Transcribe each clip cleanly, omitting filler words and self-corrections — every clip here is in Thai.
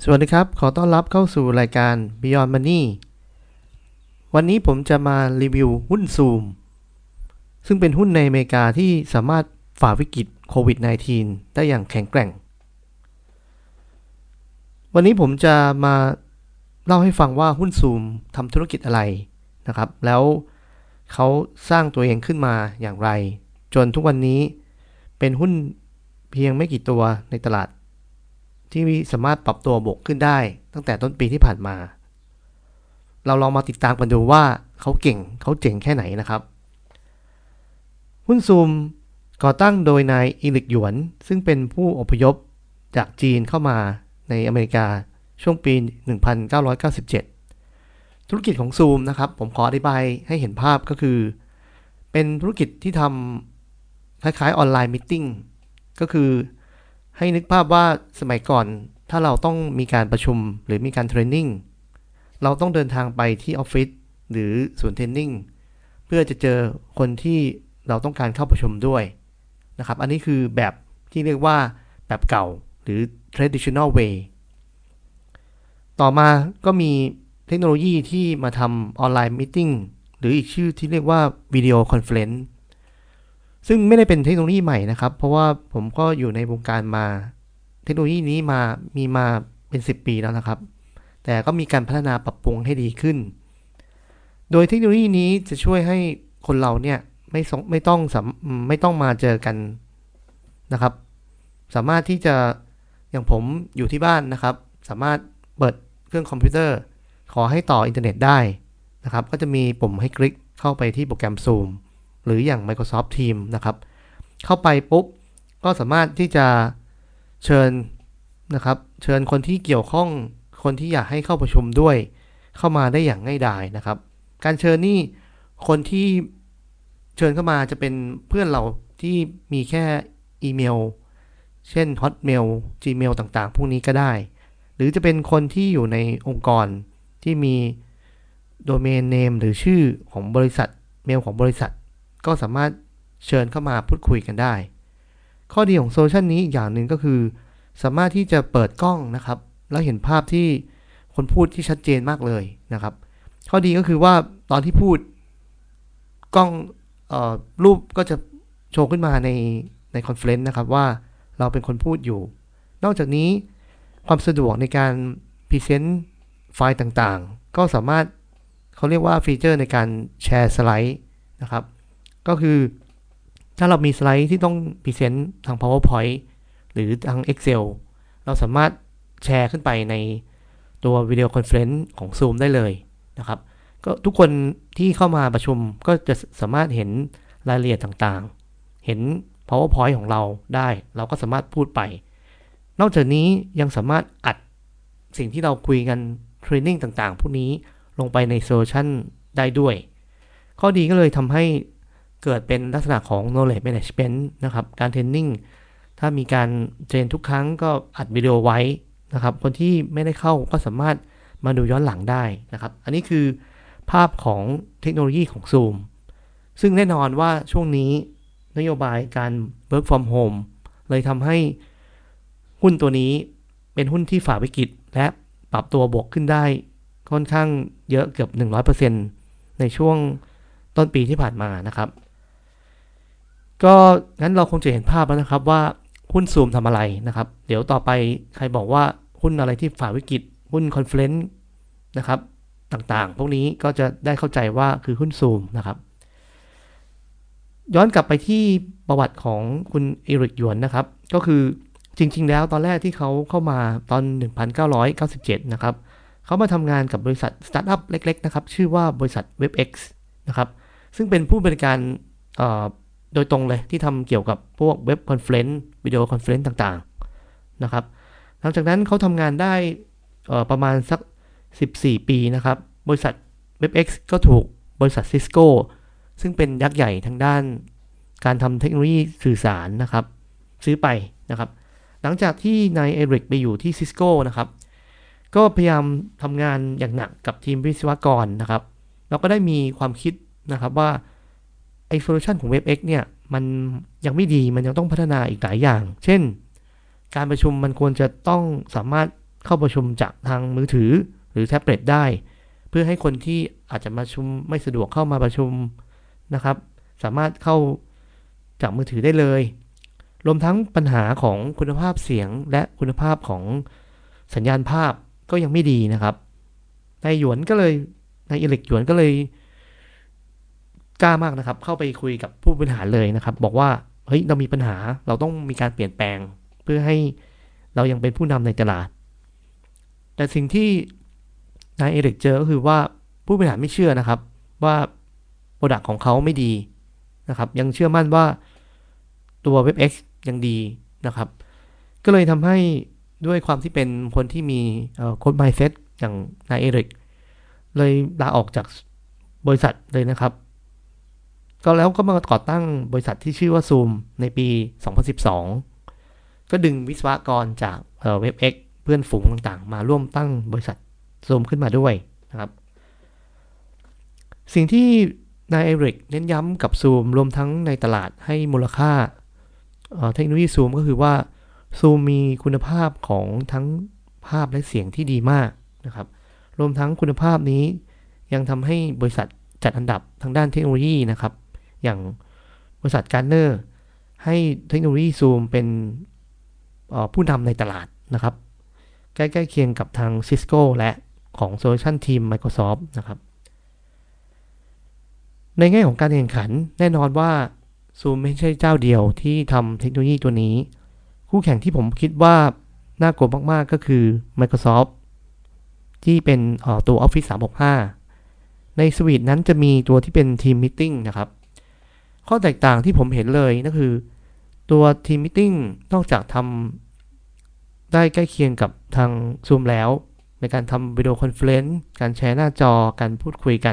สวัสดีครับขอต้อนรับเข้าสู่รายการ Beyond Money วันนี้ผมจะมารีวิวหุ้นซูมซึ่งเป็นหุ้นในอเมริกาที่สามารถฝ่าวิกฤตโควิด -19 ได้อย่างแข็งแกร่งวันนี้ผมจะมาเล่าให้ฟังว่าหุ้นซูมทำธุรกิจอะไรนะครับแล้วเขาสร้างตัวเองขึ้นมาอย่างไรจนทุกวันนี้เป็นหุ้นเพียงไม่กี่ตัวในตลาดที่สามารถปรับตัวบวกขึ้นได้ตั้งแต่ต้นปีที่ผ่านมาเราลองมาติดตามกันดูว่าเขาเก่งเขาเจ๋งแค่ไหนนะครับหุ้นซูมก่อตั้งโดยนายอีริกหยวนซึ่งเป็นผู้อพยพจากจีนเข้ามาในอเมริกาช่วงปี 1997 ธุรกิจของซูมนะครับผมขออธิบายให้เห็นภาพก็คือเป็นธุรกิจที่ทำคล้ายๆออนไลน์มีตติ้งก็คือให้นึกภาพว่าสมัยก่อนถ้าเราต้องมีการประชุมหรือมีการเทรนนิ่งเราต้องเดินทางไปที่ออฟฟิศหรือศูนย์เทรนนิ่งเพื่อจะเจอคนที่เราต้องการเข้าประชุมด้วยนะครับอันนี้คือแบบที่เรียกว่าแบบเก่าหรือ traditional way ต่อมาก็มีเทคโนโลยีที่มาทำออนไลน์มีตติ้งหรืออีกชื่อที่เรียกว่าวิดีโอคอนเฟอเรนซ์ซึ่งไม่ได้เป็นเทคโนโลยีใหม่นะครับเพราะว่าผมก็อยู่ในวงการมาเทคโนโลยีนี้มีมาเป็น10 ปีแล้วนะครับแต่ก็มีการพัฒนาปรับปรุงให้ดีขึ้นโดยเทคโนโลยีนี้จะช่วยให้คนเราเนี่ยไม่ต้องมาเจอกันนะครับสามารถที่จะอย่างผมอยู่ที่บ้านนะครับสามารถเปิดเครื่องคอมพิวเตอร์ขอให้ต่ออินเทอร์เน็ตได้นะครับก็จะมีปุ่มให้คลิกเข้าไปที่โปรแกรม Zoom หรืออย่าง Microsoft Teams นะครับเข้าไปปุ๊บก็สามารถที่จะเชิญนะครับเชิญคนที่เกี่ยวข้องคนที่อยากให้เข้าประชุมด้วยเข้ามาได้อย่างง่ายดายนะครับการเชิญนี่คนที่เชิญเข้ามาจะเป็นเพื่อนเราที่มีแค่อีเมลเช่น Hotmail Gmail ต่างๆพวกนี้ก็ได้หรือจะเป็นคนที่อยู่ในองค์กรที่มีโดเมนเนมหรือชื่อของบริษัทเมลของบริษัทก็สามารถเชิญเข้ามาพูดคุยกันได้ข้อดีของโซลูชันนี้อีกอย่างหนึ่งก็คือสามารถที่จะเปิดกล้องนะครับแล้วเห็นภาพที่คนพูดที่ชัดเจนมากเลยนะครับข้อดีก็คือว่าตอนที่พูดกล้องรูปก็จะโชว์ขึ้นมาในคอนเฟอเรนซ์นะครับว่าเราเป็นคนพูดอยู่นอกจากนี้ความสะดวกในการพรีเซนต์ไฟล์ต่างๆก็สามารถเขาเรียกว่าฟีเจอร์ในการแชร์สไลด์นะครับก็คือถ้าเรามีสไลด์ที่ต้องพรีเซนต์ทาง PowerPoint หรือทาง Excel เราสามารถแชร์ขึ้นไปในตัววิดีโอคอนเฟอเรนซ์ของ Zoom ได้เลยนะครับก็ทุกคนที่เข้ามาประชุมก็จะสามารถเห็นรายละเอียดต่างๆเห็น PowerPoint ของเราได้เราก็สามารถพูดไปนอกจากนี้ยังสามารถอัดสิ่งที่เราคุยกันเทรนนิ่งต่างๆพวกนี้ลงไปในโซลูชันได้ด้วยข้อดีก็เลยทำให้เกิดเป็นลักษณะของ knowledge management นะครับการเทรนนิ่งถ้ามีการเทรนทุกครั้งก็อัดวิดีโอไว้นะครับคนที่ไม่ได้เข้าก็สามารถมาดูย้อนหลังได้นะครับอันนี้คือภาพของเทคโนโลยีของ Zoom ซึ่งแน่นอนว่าช่วงนี้นโยบายการ work from home เลยทำให้หุ้นตัวนี้เป็นหุ้นที่ฝ่าวิกฤตและปรับตัวบวกขึ้นได้ค่อนข้างเยอะเกือบ 100% ในช่วงต้นปีที่ผ่านมานะครับก็งั้นเราคงจะเห็นภาพแล้วนะครับว่าหุ้นซูมทำอะไรนะครับเดี๋ยวต่อไปใครบอกว่าหุ้นอะไรที่ฝ่าวิกฤตหุ้นคอนเฟอเรนซ์นะครับต่างๆพวกนี้ก็จะได้เข้าใจว่าคือหุ้นซูมนะครับย้อนกลับไปที่ประวัติของคุณอีริกหยวนนะครับก็คือจริงๆแล้วตอนแรกที่เขาเข้ามาตอน 1997 นะครับเขามาทำงานกับบริษัทสตาร์ทอัพเล็กๆนะครับชื่อว่าบริษัท WebEx นะครับซึ่งเป็นผู้บริการโดยตรงเลยที่ทำเกี่ยวกับพวกเว็บคอนเฟอเรนซ์วิดีโอคอนเฟอเรนซ์ต่างๆนะครับหลังจากนั้นเขาทำงานได้ประมาณสัก14 ปีนะครับบริษัท WebEx ก็ถูกบริษัท Cisco ซึ่งเป็นยักษ์ใหญ่ทางด้านการทำเทคโนโลยีสื่อสารนะครับซื้อไปนะครับหลังจากที่นายเอริกไปอยู่ที่ Cisco นะครับก็พยายามทำงานอย่างหนักกับทีมวิศวกรนะครับเราก็ได้มีความคิดนะครับว่าไอ้โซลูชันของ WebEx เนี่ยมันยังไม่ดีมันยังต้องพัฒนาอีกหลายอย่างเช่นการประชุมมันควรจะต้องสามารถเข้าประชุมจากทางมือถือหรือแท็บเล็ตได้เพื่อให้คนที่อาจจะมาประชุมไม่สะดวกเข้ามาประชุมนะครับสามารถเข้าจากมือถือได้เลยรวมทั้งปัญหาของคุณภาพเสียงและคุณภาพของสัญญาณภาพก็ยังไม่ดีนะครับนายอิเล็กหยวนก็เลยกล้ามากนะครับเข้าไปคุยกับผู้บริหารเลยนะครับบอกว่าเฮ้ยเรามีปัญหาเราต้องมีการเปลี่ยนแปลงเพื่อให้เรายังเป็นผู้นำในตลาดแต่สิ่งที่นายอิเล็กเจอก็คือว่าผู้บริหารไม่เชื่อนะครับว่าโปรดักต์ของเขาไม่ดีนะครับยังเชื่อมั่นว่าตัว WebEx ยังดีนะครับก็เลยทำให้ด้วยความที่เป็นคนที่มีโค้ด mindset อย่างนายเอริกเลยลาออกจากบริษัทเลยนะครับก็มาก่อตั้งบริษัทที่ชื่อว่า Zoom ในปี 2012 ก็ดึงวิศวกรจากWebEx เพื่อนฝูงต่างๆมาร่วมตั้งบริษัท Zoom ขึ้นมาด้วยนะครับสิ่งที่นายเอริกเน้นย้ำกับ Zoom รวมทั้งในตลาดให้มูลค่าเทคโนโลยี Zoom ก็คือว่า Zoom มีคุณภาพของทั้งภาพและเสียงที่ดีมากนะครับรวมทั้งคุณภาพนี้ยังทำให้บริษัทจัดอันดับทางด้านเทคโนโลยีนะครับอย่างบริษัท Gartner ให้เทคโนโลยี Zoom เป็นผู้นำในตลาดนะครับใกล้เคียงกับทาง Cisco และของ Solution Team Microsoft นะครับในแง่ของการแข่งขันแน่นอนว่า Zoom ไม่ใช่เจ้าเดียวที่ทำเทคโนโลยีตัวนี้คู่แข่งที่ผมคิดว่าน่ากลัวมากๆก็คือ Microsoft ที่เป็นตัว Office 365 ในสวีทนั้นจะมีตัวที่เป็น Team Meeting นะครับข้อแตกต่างที่ผมเห็นเลยก็คือตัว Team Meeting นอกจากทำได้ใกล้เคียงกับทาง Zoom แล้วในการทำวิดีโอคอนเฟอเรนซ์การแชร์หน้าจอการพูดคุยกัน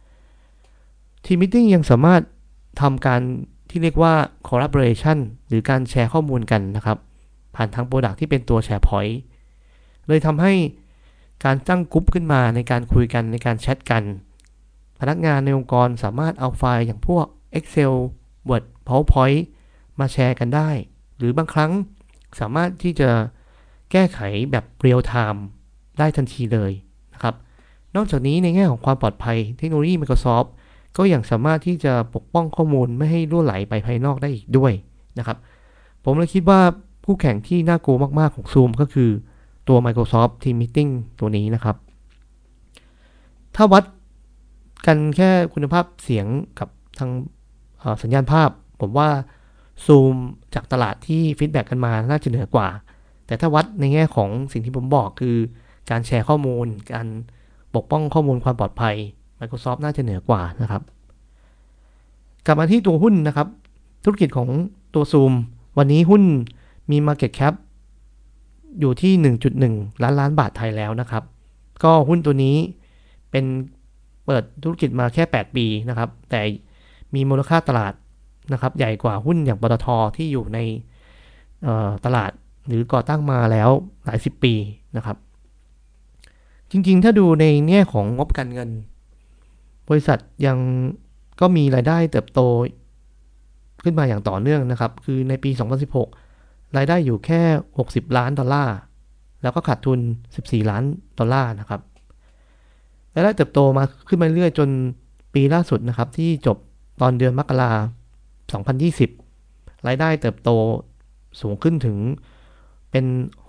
Team Meeting ยังสามารถทำการที่เรียกว่า collaboration หรือการแชร์ข้อมูลกันนะครับผ่านทาง Product ที่เป็นตัว SharePoint เลยทำให้การตั้งกลุ่มขึ้นมาในการคุยกันในการแชทกันพนักงานในองค์กรสามารถเอาไฟล์อย่างพวก Excel Word PowerPoint มาแชร์กันได้หรือบางครั้งสามารถที่จะแก้ไขแบบ Real Time ได้ทันทีเลยนะครับนอกจากนี้ในแง่ของความปลอดภัยเทคโนโลยี Microsoft ก็ยังสามารถที่จะปกป้องข้อมูลไม่ให้รั่วไหลไปภายนอกได้อีกด้วยนะครับผมเลยคิดว่าคู่แข่งที่น่ากลัวมากๆของ Zoom ก็คือตัว Microsoft Team Meeting ตัวนี้นะครับถ้าวัดกันแค่คุณภาพเสียงกับทางสัญญาณภาพผมว่า Zoom จากตลาดที่ฟีดแบ็กกันมาน่าจะเหนือกว่าแต่ถ้าวัดในแง่ของสิ่งที่ผมบอกคือการแชร์ข้อมูลการปกป้องข้อมูลความปลอดภัย Microsoft น่าจะเหนือกว่านะครับกลับมาที่ตัวหุ้นนะครับธุรกิจของตัว Zoom วันนี้หุ้นมี Market Cap อยู่ที่ 1.1 ล้านบาทไทยแล้วนะครับก็หุ้นตัวนี้เป็นเปิดธุรกิจมาแค่8ปีนะครับแต่มีมูลค่าตลาดนะครับใหญ่กว่าหุ้นอย่างปตท.ที่อยู่ในตลาดหรือก่อตั้งมาแล้วหลาย10ปีนะครับจริงๆถ้าดูในแง่ของงบการเงินบริษัทยังก็มีรายได้เติบโตขึ้นมาอย่างต่อเนื่องนะครับคือในปี 2016 รายได้อยู่แค่$60 ล้านแล้วก็ขาดทุน$14 ล้านนะครับรายได้เติบโตมาขึ้นมาเรื่อยจนปีล่าสุดนะครับที่จบตอนเดือนมกราคม 2020 รายได้เติบโตสูงขึ้นถึงเป็น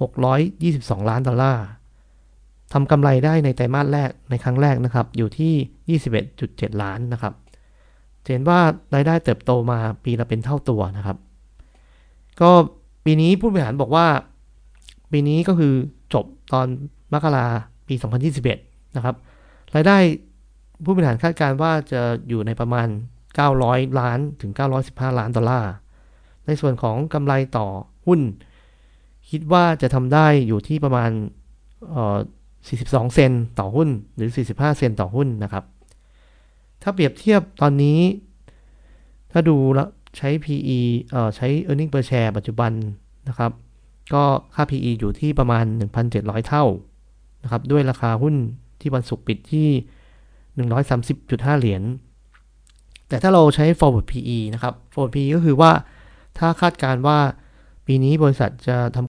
$622 ล้านทำกำไรได้ในไตรมาสแรกในครั้งแรกนะครับอยู่ที่ 21.7 ล้านนะครับเห็นว่ารายได้เติบโตมาปีละเป็นเท่าตัวนะครับก็ปีนี้ผู้บริหารบอกว่าปีนี้ก็คือจบตอนมกราปี 2021 นะครับรายได้ผู้บริหารคาดการณ์ว่าจะอยู่ในประมาณ$900 ล้านถึง$915 ล้านในส่วนของกำไรต่อหุ้นคิดว่าจะทำได้อยู่ที่ประมาณ42 เซนต์ต่อหุ้นหรือ45 เซนต์ต่อหุ้นนะครับถ้าเปรียบเทียบตอนนี้ถ้าดูแล้วใช้ PE ใช้ earning per share ปัจจุบันนะครับก็ค่า PE อยู่ที่ประมาณ 1,700 เท่านะครับด้วยราคาหุ้นที่วันศุกร์ปิดที่ 130.5 เหรียญแต่ถ้าเราใช้ forward PE นะครับ forward PE ก็คือว่าถ้าคาดการณ์ว่าปีนี้บริษัทจะท